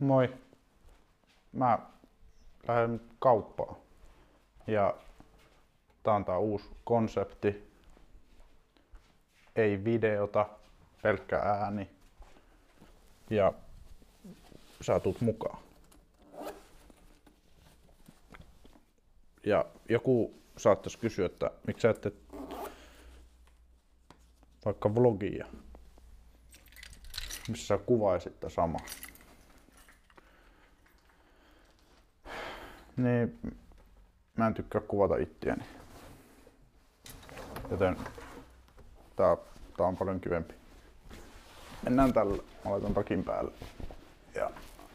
Moi. Mä lähden kauppaan. Ja tää on tää uusi konsepti. Ei videota, pelkkä ääni. Ja sä tuut mukaan. Ja joku saattais kysyä, että miksi sä et tee vaikka vlogia, missä sä kuvaisit tää sama. Niin mä en tykkää kuvata ittiäni. Joten tää on paljon kivempi. Mennään tällä. Mä laitan takin päälle. Ja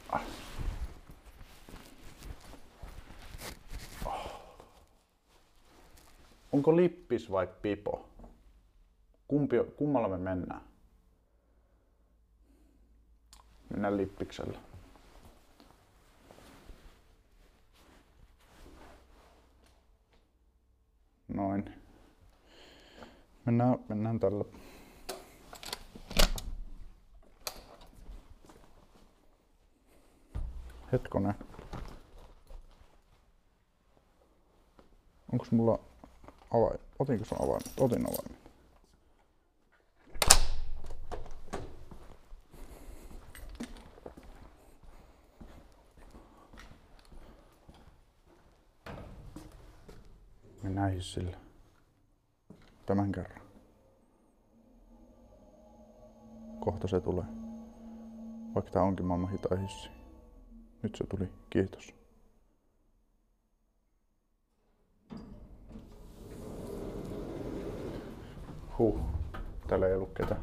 onko lippis vai pipo? Kummalla me mennään? Mennään lippiksellä. Noin. Mennään tällä. Hetkonen. Onks mulla avain? Otinko sun avaimet? Otin avaimet. Mennään hissillä. Tämän kerran. Kohta se tulee. Vaikka tää onkin maailman hitain hissi. Nyt se tuli. Kiitos. Täällä ei ollut ketään.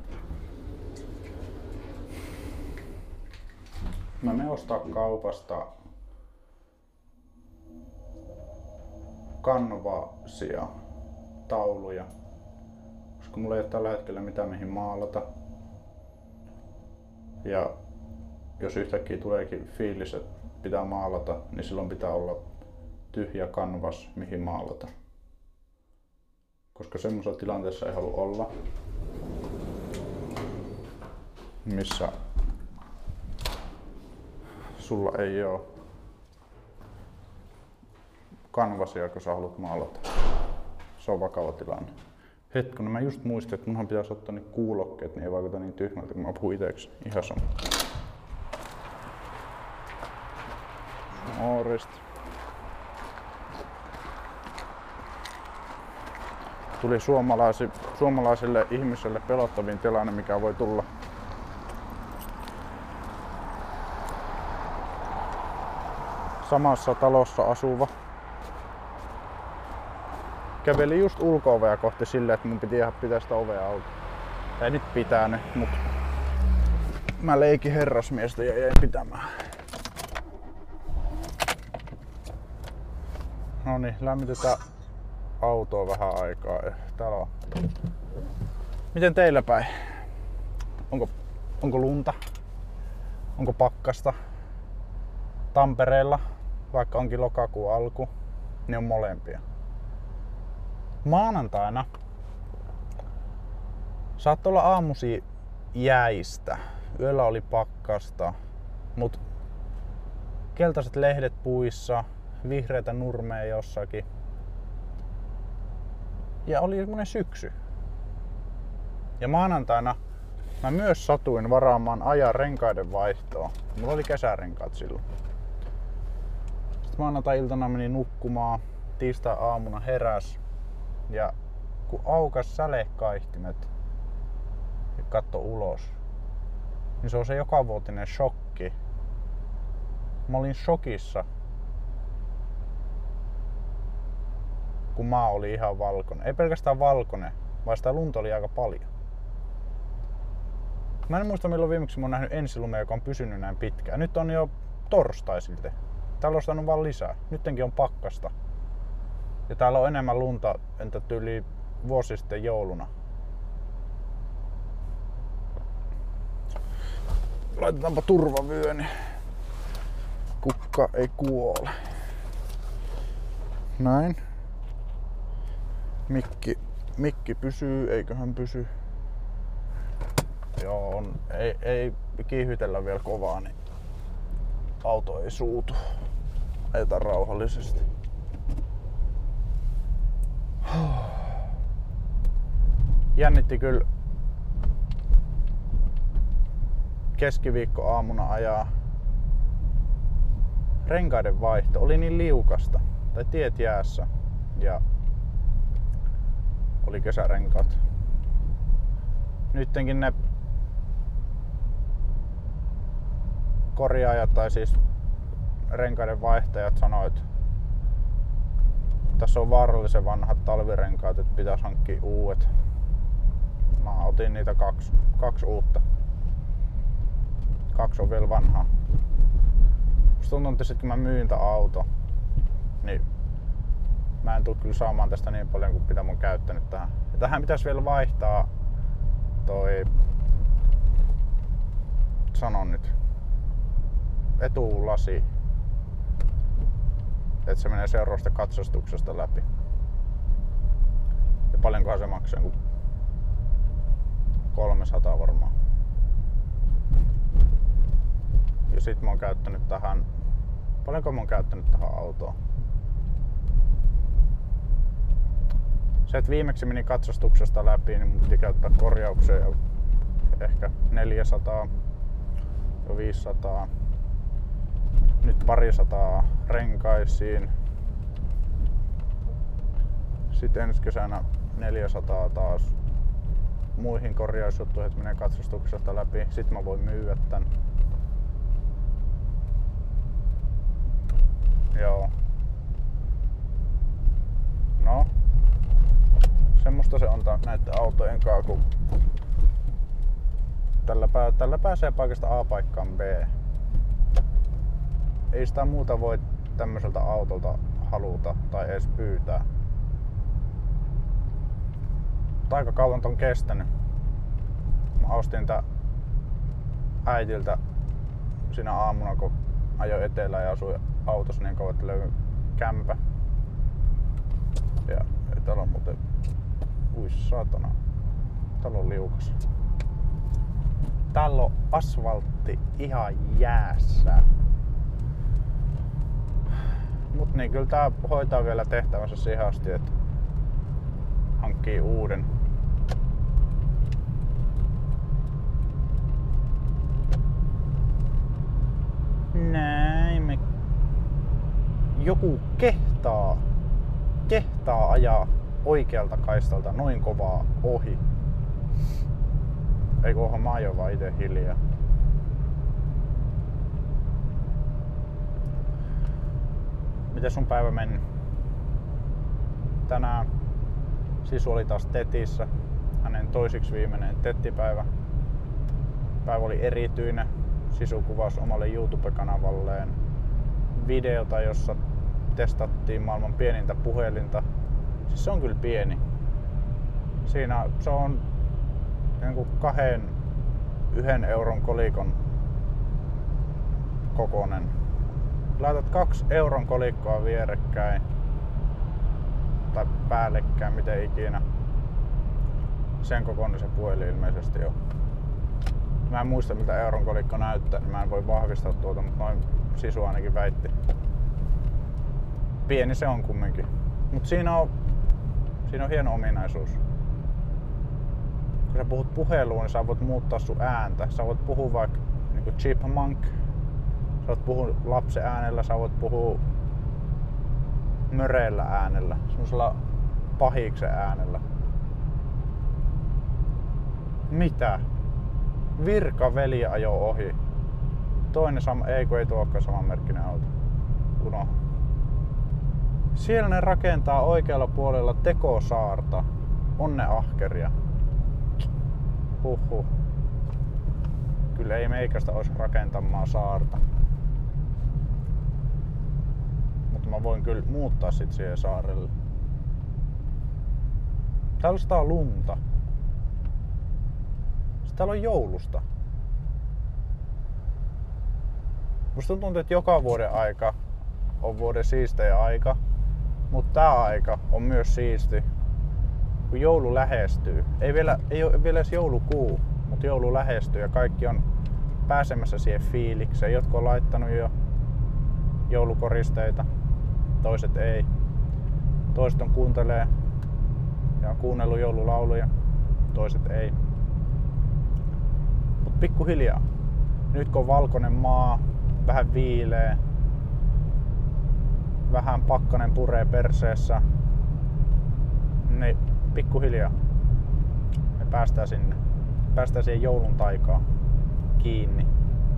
Mä menen ostaa kaupasta kanvaasia, tauluja, koska mulla ei ole tällä hetkellä mitään mihin maalata. Ja jos yhtäkkiä tuleekin fiilis, että pitää maalata, niin silloin pitää olla tyhjä kanvas mihin maalata. Koska semmoisessa tilanteessa ei halua olla, missä sulla ei oo kanvasia, kun sä haluat maalata. Se on vakava tilanne. Hetkinen, mä just muistin, että munhan pitäisi ottaa niin kuulokkeet, niin ei vaikuta niin tyhmältä, kun mä puhun itseksi. Ihan sama. Morjesta. Tuli suomalaisille ihmisille pelottavin tilanne, mikä voi tulla. Samassa talossa asuva käveli just ulko-ovea kohti silleen, että mun piti ihan pitää sitä ovea auki. Ei nyt pitänyt, mut mä leikin herrasmiestä ja jäin pitämään. Noniin, lämmitetään autoa vähän aikaa. Täällä on. Miten teillä päin? Onko lunta? Onko pakkasta? Tampereella, vaikka onkin lokakuun alku, niin on molempia. Maanantaina saattoi olla aamusi jäistä, yöllä oli pakkasta, mut keltaiset lehdet puissa, vihreitä nurmeja jossakin. Ja oli semmonen syksy. Ja maanantaina mä myös satuin varaamaan ajan renkaiden vaihtoon. Mulla oli kesärenkaat silloin. Sitten maanantai-iltana menin nukkumaan, tiistai-aamuna heräs. Ja kun aukas sälekaihtimet ja katso ulos, niin se on se jokavuotinen shokki. Mä olin shokissa, kun maa oli ihan valkoinen. Ei pelkästään valkoinen, vaan sitä lunta oli aika paljon. Mä en muista milloin viimeksi mä oon nähnyt ensilumea, joka on pysynyt näin pitkään. Nyt on jo torstai silti. Täällä on saanut vaan lisää. Nyttenkin on pakkasta. Ja täällä on enemmän lunta entä yli vuosi sitten jouluna. Laitetaanpa turvavyö, niin kukka ei kuole. Näin. Mikki pysyy, eiköhän pysy. Joo, ei kiihytellä vielä kovaa, niin auto ei suutu. Ajetaan rauhallisesti. Jännitti kyllä keskiviikkoaamuna ajaa renkaiden vaihto. Oli niin liukasta, tai tiet jäässä, ja oli kesärenkaat. Nyttenkin ne korjaajat tai siis renkaiden vaihtajat sanoivat, että tässä on vaarallisen vanhat talvirenkaat, että pitäisi hankkia uudet. Mä otin niitä kaksi uutta. 2 on vielä vanhaa. Musta tuntuu, että sit kun mä myyn tän auto, niin mä en tuu kyllä saamaan tästä niin paljon kuin mitä mä oon käyttänyt tähän. Ja tähän pitäisi vielä vaihtaa toi, sanon nyt, etulasi, että se menee seuraavasta katsastuksesta läpi. Ja paljonkohan se maksaa? 300 varmaan. Ja sit mä oon käyttänyt tähän, paljonko mä oon käyttänyt tähän autoon? Se, että viimeksi meni katsastuksesta läpi, niin mun piti käyttää korjaukseen ehkä 400 ja 500. Nyt 200 renkaisiin. Sitten ensi kesänä 400 taas muihin korjausjuttuihin, että menee katsastuksesta läpi. Sitten mä voin myydä tän. Joo. No. Semmosta se on näiden autojen kanssa, kun tällä pääsee paikasta A paikkaan B. Ei sitä muuta voi tämmöiseltä autolta haluta tai edes pyytää. Mutta aika kauan on kestänyt. Mä ostin tää äitiltä siinä aamuna, kun ajoin etelään ja asuin autossa niin kauan, että löydyin kämpä. Ja täällä on muuten, ui saatana, täällä on liukas. Täällä on asfaltti ihan jäässä. Mut niin kyllä tää hoitaa vielä tehtävänsä siihen asti, että hankkii uuden. Näin me... Joku kehtaa ajaa oikealta kaistalta noin kovaa ohi. Ei kunhan mä ajoin vaan ite hiljaa. Miten sun päivä meni? Tänään Sisu oli taas Tetissä. Hänen toisiksi viimeinen tettipäivä. Päivä oli erityinen. Sisu kuvasi omalle YouTube-kanavalleen videota, jossa testattiin maailman pienintä puhelinta. Siis se on kyllä pieni. Siinä se on niin 1 euron kolikon kokoinen. Laitat 2 euron kolikkoa vierekkäin tai päällekkäin, miten ikinä. Sen kokoinen se puhelin ilmeisesti on. Mä en muista miltä euron kolikko näyttää, niin mä en voi vahvistaa tuota, mutta noin Sisu ainakin väitti. Pieni se on kumminkin. Mut siinä on hieno ominaisuus. Kun sä puhut puheluun, niin sä voit muuttaa sun ääntä. Sä voit puhua vaikka niinku chipmunk. Sä voit puhua lapsen äänellä, sä voit puhua möreellä äänellä, semmosella pahiksen äänellä. Mitä? Virkaveli ajoi ohi. Toinen ei kun ei tuo olekaan samanmerkkinen auto. Unoha. Siellä ne rakentaa oikealla puolella tekosaarta. On ne ahkeria. Huhhuh. Kyllä ei meikästä olisi rakentamaan saarta. Mutta mä voin kyllä muuttaa sit siihen saarelle. Täällä sataa lunta. Täällä on joulusta. Musta tuntuu, että joka vuoden aika on vuoden siistein aika. Mutta tää aika on myös siisti, kun joulu lähestyy. Ei ole vielä edes joulukuu, mutta joulu lähestyy ja kaikki on pääsemässä siihen fiilikseen. Jotkut on laittanut jo joulukoristeita, toiset ei. Toiset kuuntelee ja on kuunnellut joululauluja, toiset ei. Mut pikkuhiljaa. Nyt kun on valkoinen maa, vähän viilee, vähän pakkanen puree perseessä, niin pikkuhiljaa me päästään sinne. Päästään siihen joulun taikaan kiinni.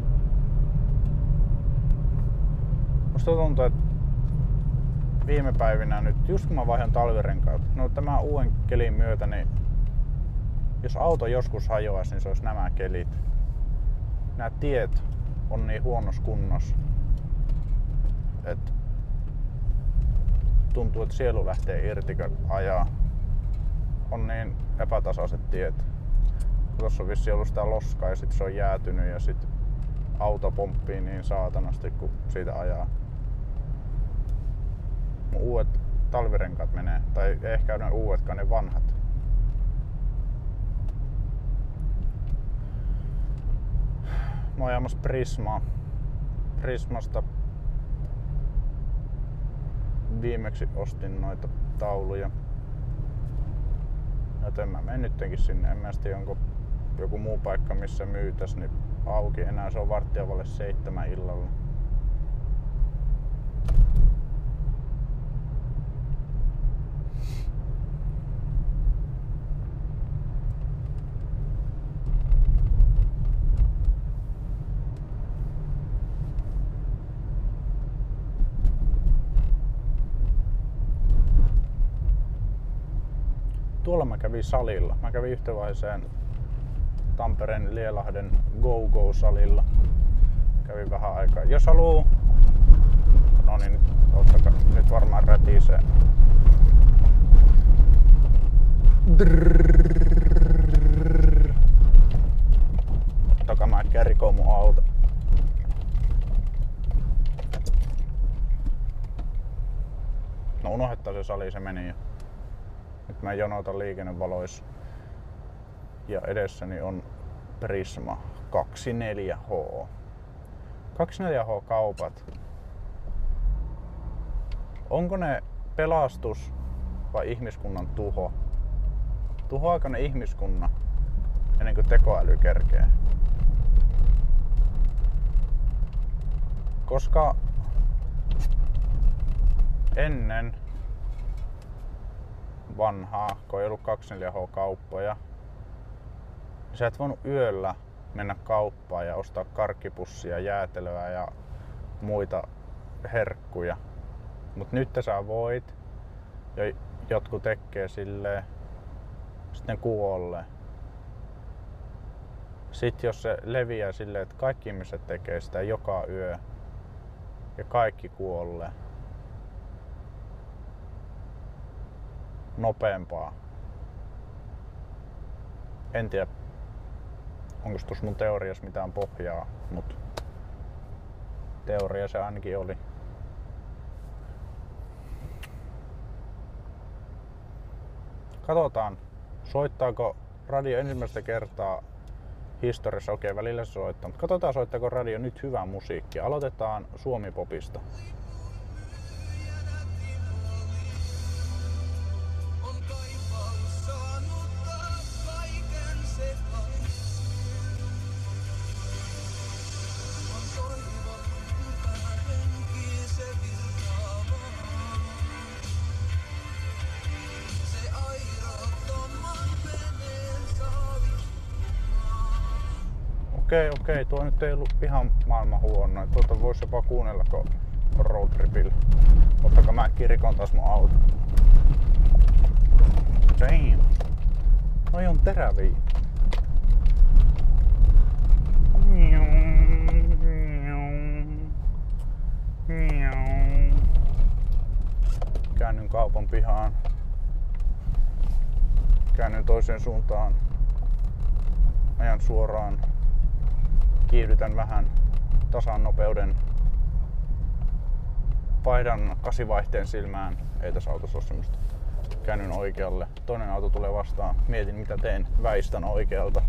Musta tuntuu, että viime päivinä nyt, just kun mä vaihdan talvirenkaat, no tämän uuden kelin myötä, niin jos auto joskus hajoaisi, niin se olisi nämä kelit. Nämä tiet on niin huonossa kunnossa, että tuntuu, että sielu lähtee irti, kun ajaa. On niin epätasaiset tiet. Tuossa on vissiin ollut sitä loskaa ja sit se on jäätynyt ja sit auto pomppii niin saatanasti, kun siitä ajaa. Mun uudet talvirenkaat menee, tai ehkä ne uudetkaan, ne vanhat. Mä oon ajamassa Prismaa. Prismasta viimeksi ostin noita tauluja. Joten mä menen nyttenkin sinne. En mä tiedä, onko joku muu paikka, missä myytäs, niin auki enää. Se on 6:45 illalla. Tuolla mä kävin salilla. Mä kävin yhtävaiheeseen Tampereen Lielahden Go-Go-salilla. Kävin vähän aikaa. Jos haluu... No niin, ottakaa. Nyt varmaan rätisee. Ottakaa mä kärikoon mun auto. No unohdettaa se sali, se meni jo. Nyt mä jonotan liikennevaloissa ja edessäni on Prisma 24H. 24H kaupat. Onko ne pelastus vai ihmiskunnan tuho? Tuhoaako ne ihmiskunnan ennen kuin tekoäly kerkee? Koska ennen vanhaa, kun ei ollut 24H-kauppoja, sä et voinut yöllä mennä kauppaan ja ostaa karkkipussia, jäätelöä ja muita herkkuja. Mut nyt sä voit, ja jotkut tekee silleen, sitten kuolee. Sitten jos se leviää silleen, että kaikki ihmiset tekee sitä joka yö ja kaikki kuolee nopeampaa. En tiedä, onko tuossa mun teoriassa mitään pohjaa, mutta teoria se ainakin oli. Katsotaan, soittaako radio ensimmäistä kertaa historiassa. Okei, välillä se soittaa, mutta katsotaan, soittaako radio nyt hyvää musiikkia. Aloitetaan Suomi-popista. Okei, tuo nyt ei ollut ihan maailman huono. Tuota voisi jopa kuunnella, kun on roadtripillä. Ottakaa mä kirikon taas mun auto. Damn. Noi on teräviä. Käännyn kaupan pihaan. Käännyn toiseen suuntaan. Ajan suoraan. Kiihdytän vähän tasan nopeuden. Vaihdan 8-vaihteen silmään. Ei tässä autossa ole semmoista. Käännyn oikealle. Toinen auto tulee vastaan. Mietin mitä teen. Väistän oikealta.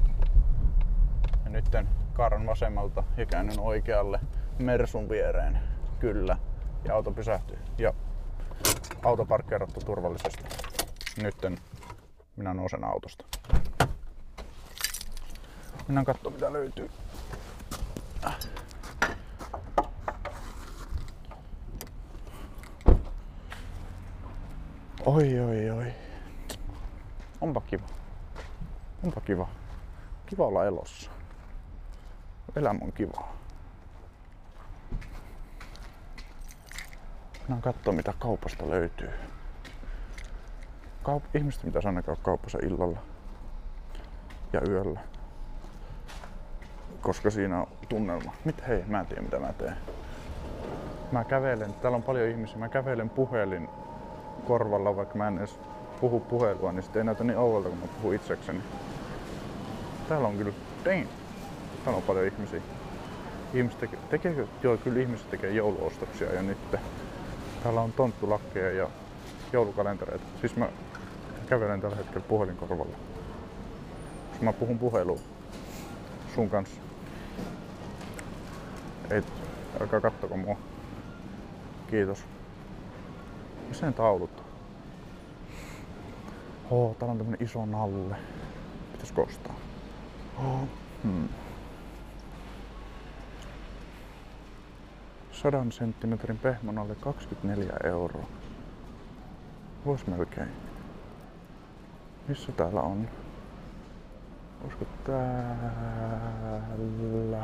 Ja nytten kaaran vasemmalta ja käännyn oikealle Mersun viereen. Kyllä. ja auto pysähtyy. Ja auto parkkeerattu turvallisesti. Nytten minä nousen autosta. Mennään katsomaan mitä löytyy. Oi. Onpa kiva. Kiva olla elossa. Elämä on kivaa. Mennään katsomaan mitä kaupasta löytyy. Ihmiset pitäisi aina käydä kaupassa illalla ja yöllä. Koska siinä on tunnelma. Hei, mä en tiedä mitä mä teen. Mä kävelen, täällä on paljon ihmisiä, mä kävelen puhelin korvalla, vaikka mä en edes puhu puhelua, niin sitten ei näytä niin ouvolta, kun mä puhun itsekseni. Täällä on kyllä, täällä on paljon ihmisiä. Ihmiset tekee jouluostoksia jo nyt. Täällä on tonttulakkeja ja joulukalentereita. Siis mä kävelen tällä hetkellä puhelinkorvalla. Jos mä puhun puhelua sun kanssa. Ei, älkää kattoko mua. Kiitos. Missä ne taulut? Täällä on tämmönen iso nalle. Pitäisikö ostaa? 100 senttimetrin pehmonalle 24 €. Vois melkein. Missä täällä on? Olisiko täällä?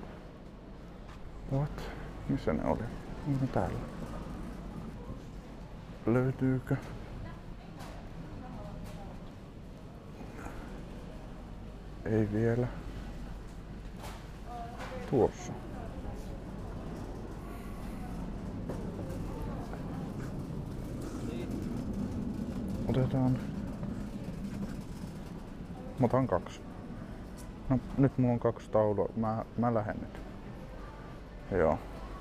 What? Missä ne oli? Onko täällä? Löytyykö? Ei vielä. Tuossa. Otetaan. Mä otan 2. No nyt mulla on 2 taulua. Mä lähden nyt. Joo.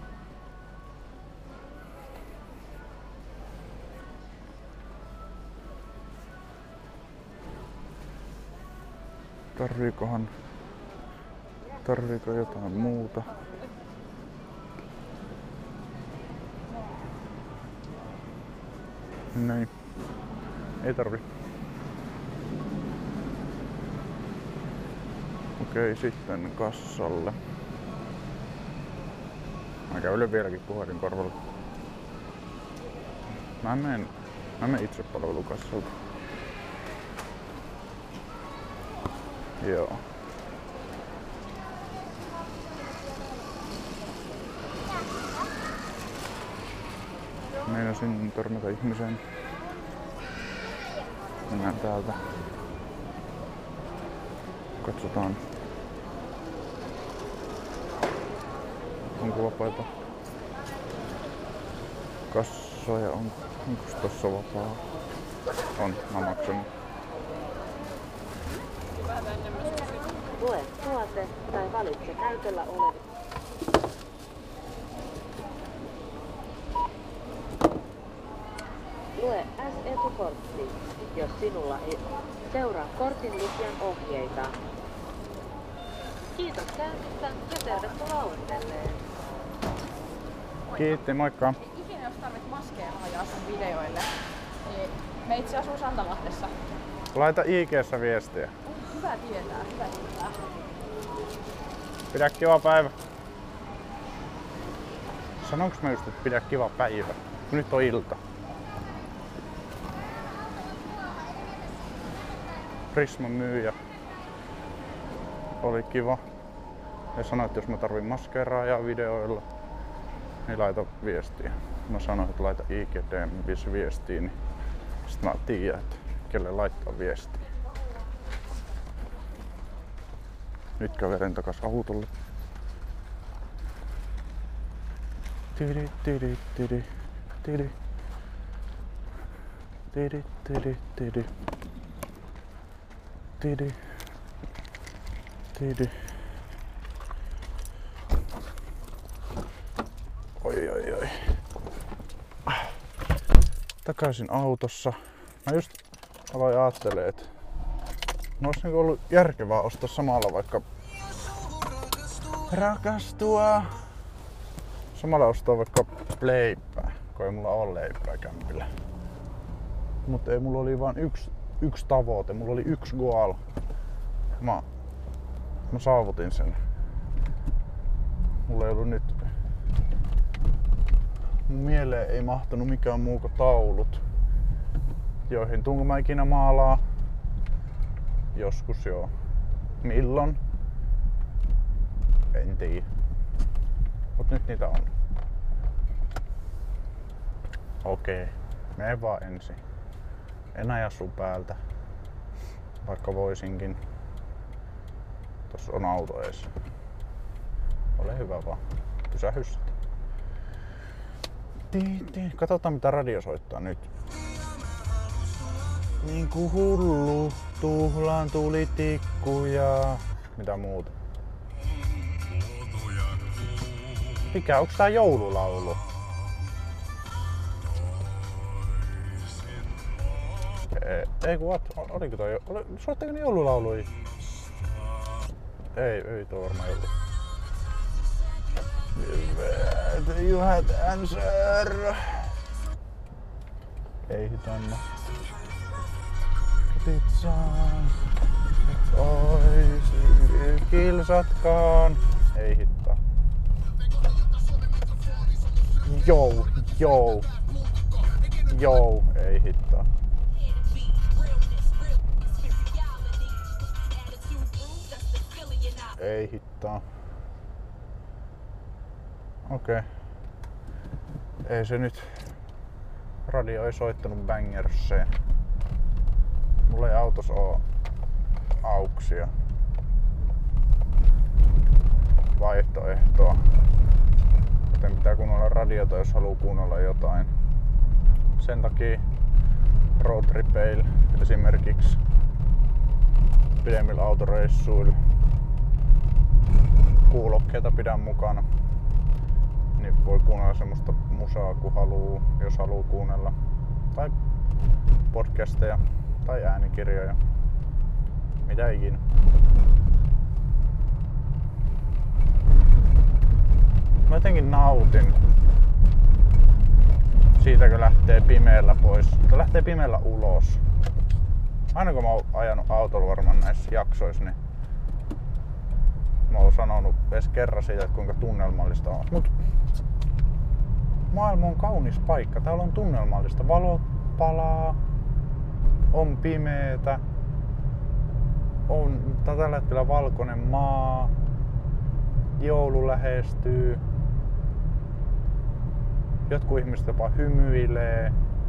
Tarviiko jotain muuta? Näin. Ei tarvi. Okei, sitten kassalle. Mä käyn vieläkin puhelinkorvalla. Mä menen itsepalvelukassalta. Joo. Meinasin törmätä ihmiseen. Mennään täältä. Katsotaan. Onko vapaita kassoja? Onko tossa vapaa? On, mä maksan. Lue tuote tai valitse käytöllä olevi. Lue S-etukortti, jos sinulla ei seuraa kortin lukijan ohjeita. Kiitos käynnistä ja tervetuloa uudelleen. Kiitti, moikka. Ikinä jos tarvit maskeja ajaa sun videoille, niin me itse asuu Santalahdessa. Laita IG:ssä viestiä. Hyvä tietää. Pidä kiva päivä. Sanonko mä just, että pidä kiva päivä? Nyt on ilta. Prisman myyjä oli kiva. Ja sanoi, että jos mä tarvin maskeeraajaa videoilla, niin laita viestiä. Mä sanoin, että laita IGDM-viestiä, niin sit mä tiedän, että kelle laittaa viestiä. Nyt kävelen takas autolle. Tidi. Oi. Takaisin autossa. Mä just aloin ajattelemaan, että olisi ollut järkevää ostaa samalla vaikka rakastua. samalla ostaa vaikka leipää, kun ei mulla ole leipää kämpillä. Mutta ei, mulla oli vain yksi tavoite, mulla oli yksi goal. Mä saavutin sen. Mulla ei ollut nyt... Mun mieleen ei mahtunut mikään muu kuin taulut, joihin tuunko mä ikinä maalaa. Joskus joo. Milloin? En tiedä. Mut nyt niitä on. Okei. Mene vaan ensin. En aja sun päältä. Vaikka voisinkin. Tossa on auto ees. Ole hyvä vaan. Pysähy sitten. Katsotaan mitä radio soittaa nyt. Niinku hullu, tuhlaan tuli tikku ja... Mitä muuta? Mikä? Onks tää joululaulu? Ei kun oliko toi... Soittako ne joululauluja? Ei toi varmaan ollut. You had answer. Ei hitanna. Pizzaan. Ois kilsatkaan. Ei hittaa. Jou. Ei hittaa. Ei hittaa. Okei. Ei se nyt... Radio ei soittanut bangerseen. Mulla ei autossa oo auksia. Vaihtoehtoa. Joten pitää kuunnella radiota, jos haluu kuunnella jotain. Sen takia roadtripeillä esimerkiksi pidemmillä autoreissuilla kuulokkeita pidän mukana. Niin voi kuunnella semmoista musaa kun haluu, jos haluu kuunnella. Tai podcasteja tai äänikirjoja. Mitä ikinä. Mä jotenkin nautin siitä kun lähtee pimeällä pois. Lähtee pimeällä ulos. Aina kun mä oon ajanut autolla varmaan näissä jaksoissa, niin mä oon sanonut edes kerran siitä, että kuinka tunnelmallista on. Mut maailma on kaunis paikka. Täällä on tunnelmallista. Valot palaa. On pimeetä. On tällä hetkellä valkoinen maa. Joulu lähestyy. Jotkut ihmiset jopa hymyilee.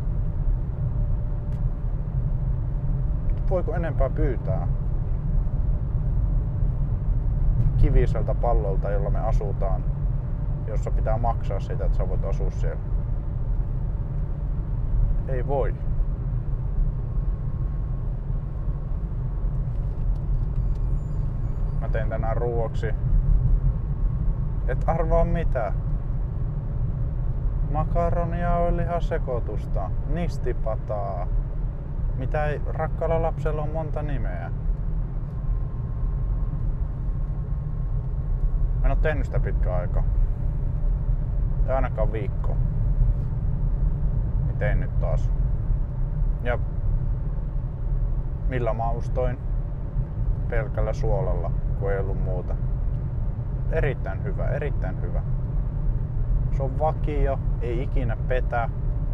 Voiko enempää pyytää? Kiviseltä pallolta, jolla me asutaan, jossa pitää maksaa sitä, että sä voit asua siellä. Ei voi. Mä tein tänään ruoksi. Et arvaa mitä. Makaronia on lihasekoitusta, nistipataa. Mitä ei rakkaalla lapsella on monta nimeä. Mä en oo tehnyt sitä pitkään aikaa. Ei ainakaan viikkoa. Niin tein nyt taas. Ja millä maustoin? Pelkällä suolalla, kun ei ollut muuta. Erittäin hyvä, erittäin hyvä. Se on vakio, ei ikinä petä.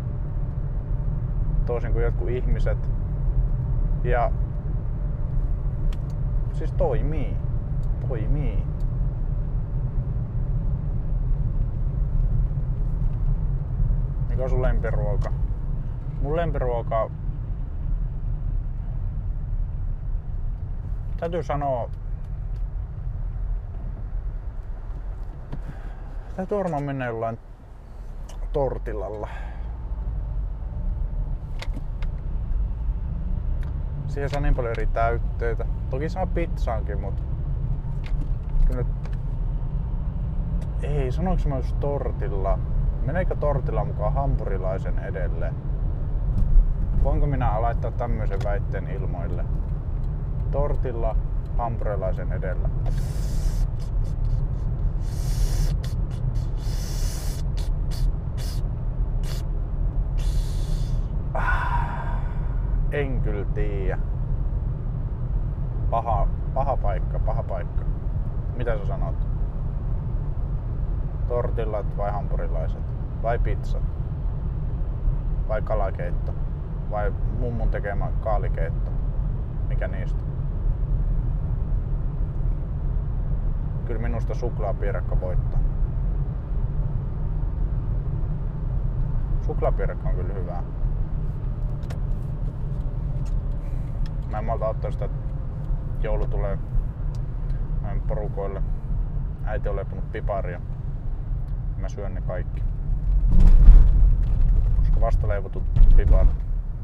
Toisin kuin jotkut ihmiset. Ja siis toimii. Toimii. Mikä on sun lempiruoka? Mun lempiruoka... Täytyy sanoa... Täytyy varmaan mennä jollain tortillalla. Siihen saa niin paljon eri täytteitä. Toki saa pizzaankin, mut... Kyllä... Ei, sanoinko mä just tortilla? Meneekö tortilla mukaan hampurilaisen edelle? Voinko minä laittaa tämmöisen väitteen ilmoille? Tortilla hampurilaisen edellä. En kyllä tiedä. Paha paikka. Mitä sä sanot? Tortillat vai hampurilaiset? Vai pizzat? Vai kalakeitto? Vai mummun tekemä kaalikeitto? Mikä niistä? Kyllä minusta suklaapiirakka voittaa. Suklaapiirakka on kyllä hyvää. Mä en malta ottaa sitä, että joulu tulee porukoille. Äiti on leiponut piparia. Mä syön ne kaikki. Koska vasta leivotut piparit.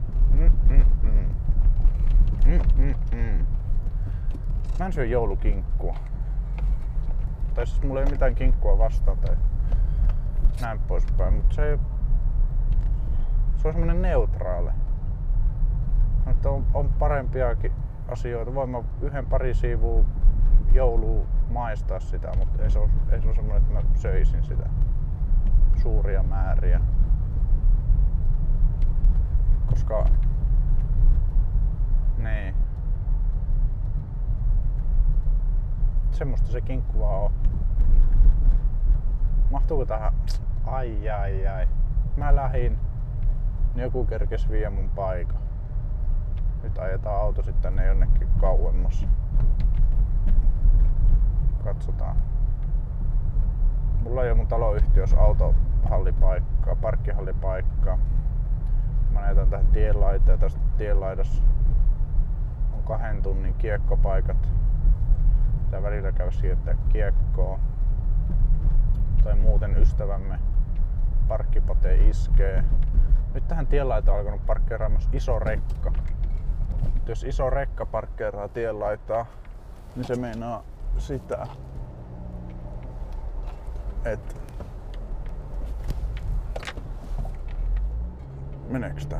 Mä en syö joulukinkkua. Tai siis mulla ei ole mitään kinkkua vastaan tai näin poispäin, mutta se on semmonen neutraali. Että on parempiakin asioita. Voin mä yhden pari siivua joulua maistaa sitä, mutta ei se ole semmoinen, että mä söisin sitä suuria määriä. Koska niin. Semmoista se kinkku vaan on. Mahtuuko tähän? Ai. Mä lähdin, niin joku kerkes vie mun paikan. Nyt ajetaan auto sitten tänne jonnekin kauemmas. Katsotaan. Mulla ei ole mun taloyhtiössä autohallipaikkaa, parkkihallipaikkaa. Mä ajetaan tähän tienlaitaan ja tästä tienlaidassa on 2 tunnin kiekkopaikat. Pitää välillä käydä siirtää kiekkoa. Tai muuten ystävämme parkkipate iskee. Nyt tähän tienlaitaan on alkanut parkkeeraamassa iso rekka. Mutta jos iso rekka parkkeeraa tienlaitaa, niin se meinaa sitä, että meneekö tää?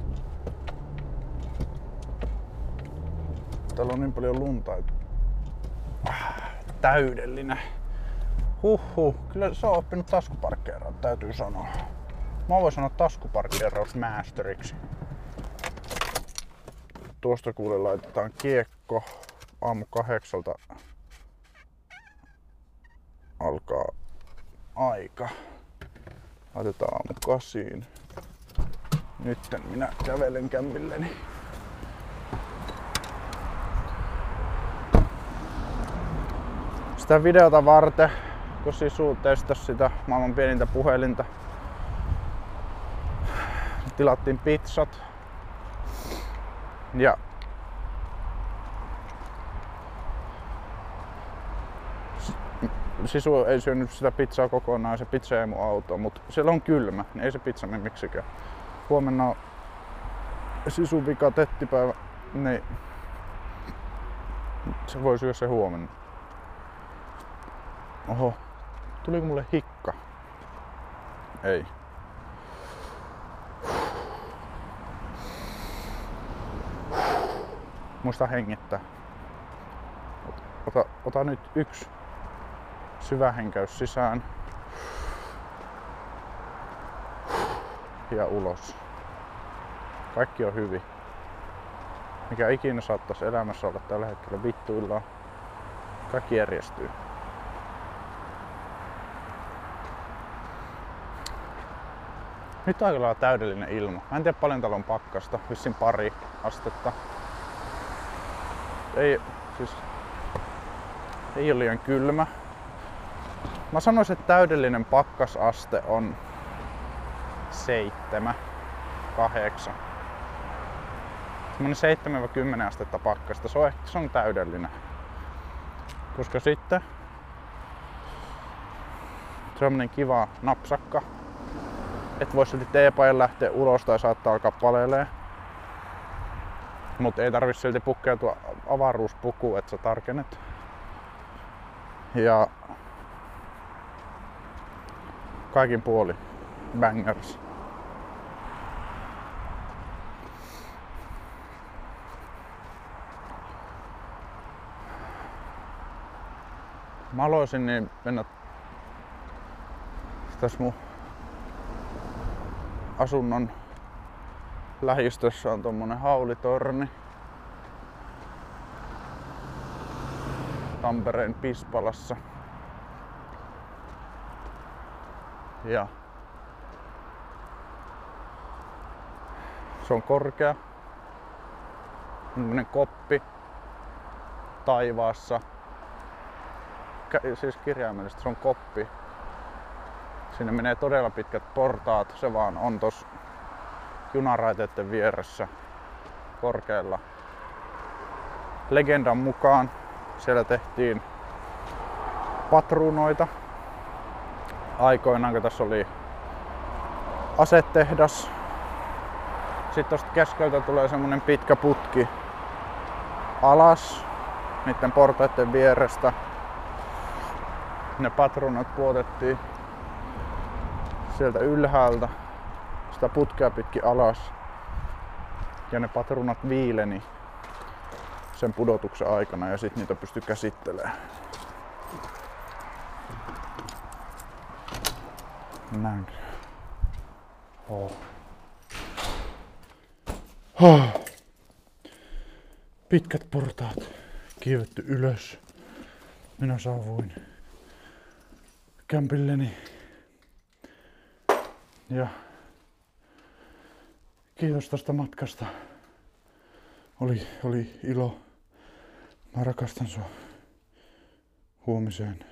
Täällä on niin paljon lunta, että täydellinen. Kyllä se on oppinut taskuparkkeeraan, täytyy sanoa. Mä voin sanoa taskuparkkeerausmästeriksi. Tuosta kuule laitetaan kiekko. Aamu 8 alkaa aika. Laitetaan aamu 8. Nytten minä kävelen kämpilleni. Sitä videota varten, kun Sisu testasi sitä maailman pienintä puhelinta, tilattiin pizzat. Ja Sisu ei syönyt sitä pizzaa kokonaan, se pizza jäi mun autoon, mutta siellä on kylmä, niin ei se pizza mene miksikään. Huomenna on Sisun vika tettipäivä, niin se voi syödä se huomenna. Oho, tuliko mulle hikka? Ei. Muista hengittää. Ota nyt 1 syvä henkäys sisään. Ja ulos. Kaikki on hyvin. Mikä ikinä saattaisi elämässä olla tällä hetkellä vittuillaan. Kaikki järjestyy. Nyt on aika lailla täydellinen ilma. Mä en tiedä paljon täällä on pakkasta. Vissiin 2 astetta. Ei ole liian kylmä. Mä sanoisin, että täydellinen pakkasaste on 7, 8. Semmoinen 7-10 astetta pakkasta. Se on täydellinen. Koska sitten semmonen kiva napsakka. Et voi silti teepajan lähteä ulos tai saattaa alkaa palelee. Mut ei tarvi silti pukkeutua avaruuspukuun, että sä tarkennet. Ja kaikin puoli bangers. Mä aloisin niin mennä tässä mun asunnon lähistössä on tommonen haulitorni. Tampereen Pispalassa. Ja se on korkea. Tämmönen koppi taivaassa. Siis kirjaimellisesti se on koppi. Sinne menee todella pitkät portaat. Se vaan on tossa junaraiteiden vieressä korkealla. Legendan mukaan siellä tehtiin patruunoita. Aikoinaan kun tässä oli asetehdas. Sitten tosta keskeltä tulee semmonen pitkä putki alas niiden portaiden vierestä. Ne patruunat pudotettiin sieltä ylhäältä sitä putkea pitkin alas. Ja ne patruunat viileni sen pudotuksen aikana ja sit niitä pystyi käsittelemään. Näin. Oh. Pitkät portaat kiivetty ylös. Minä saavuin kämpilleni. Ja kiitos tästä matkasta. Oli ilo. Mä rakastan sua. Huomiseen.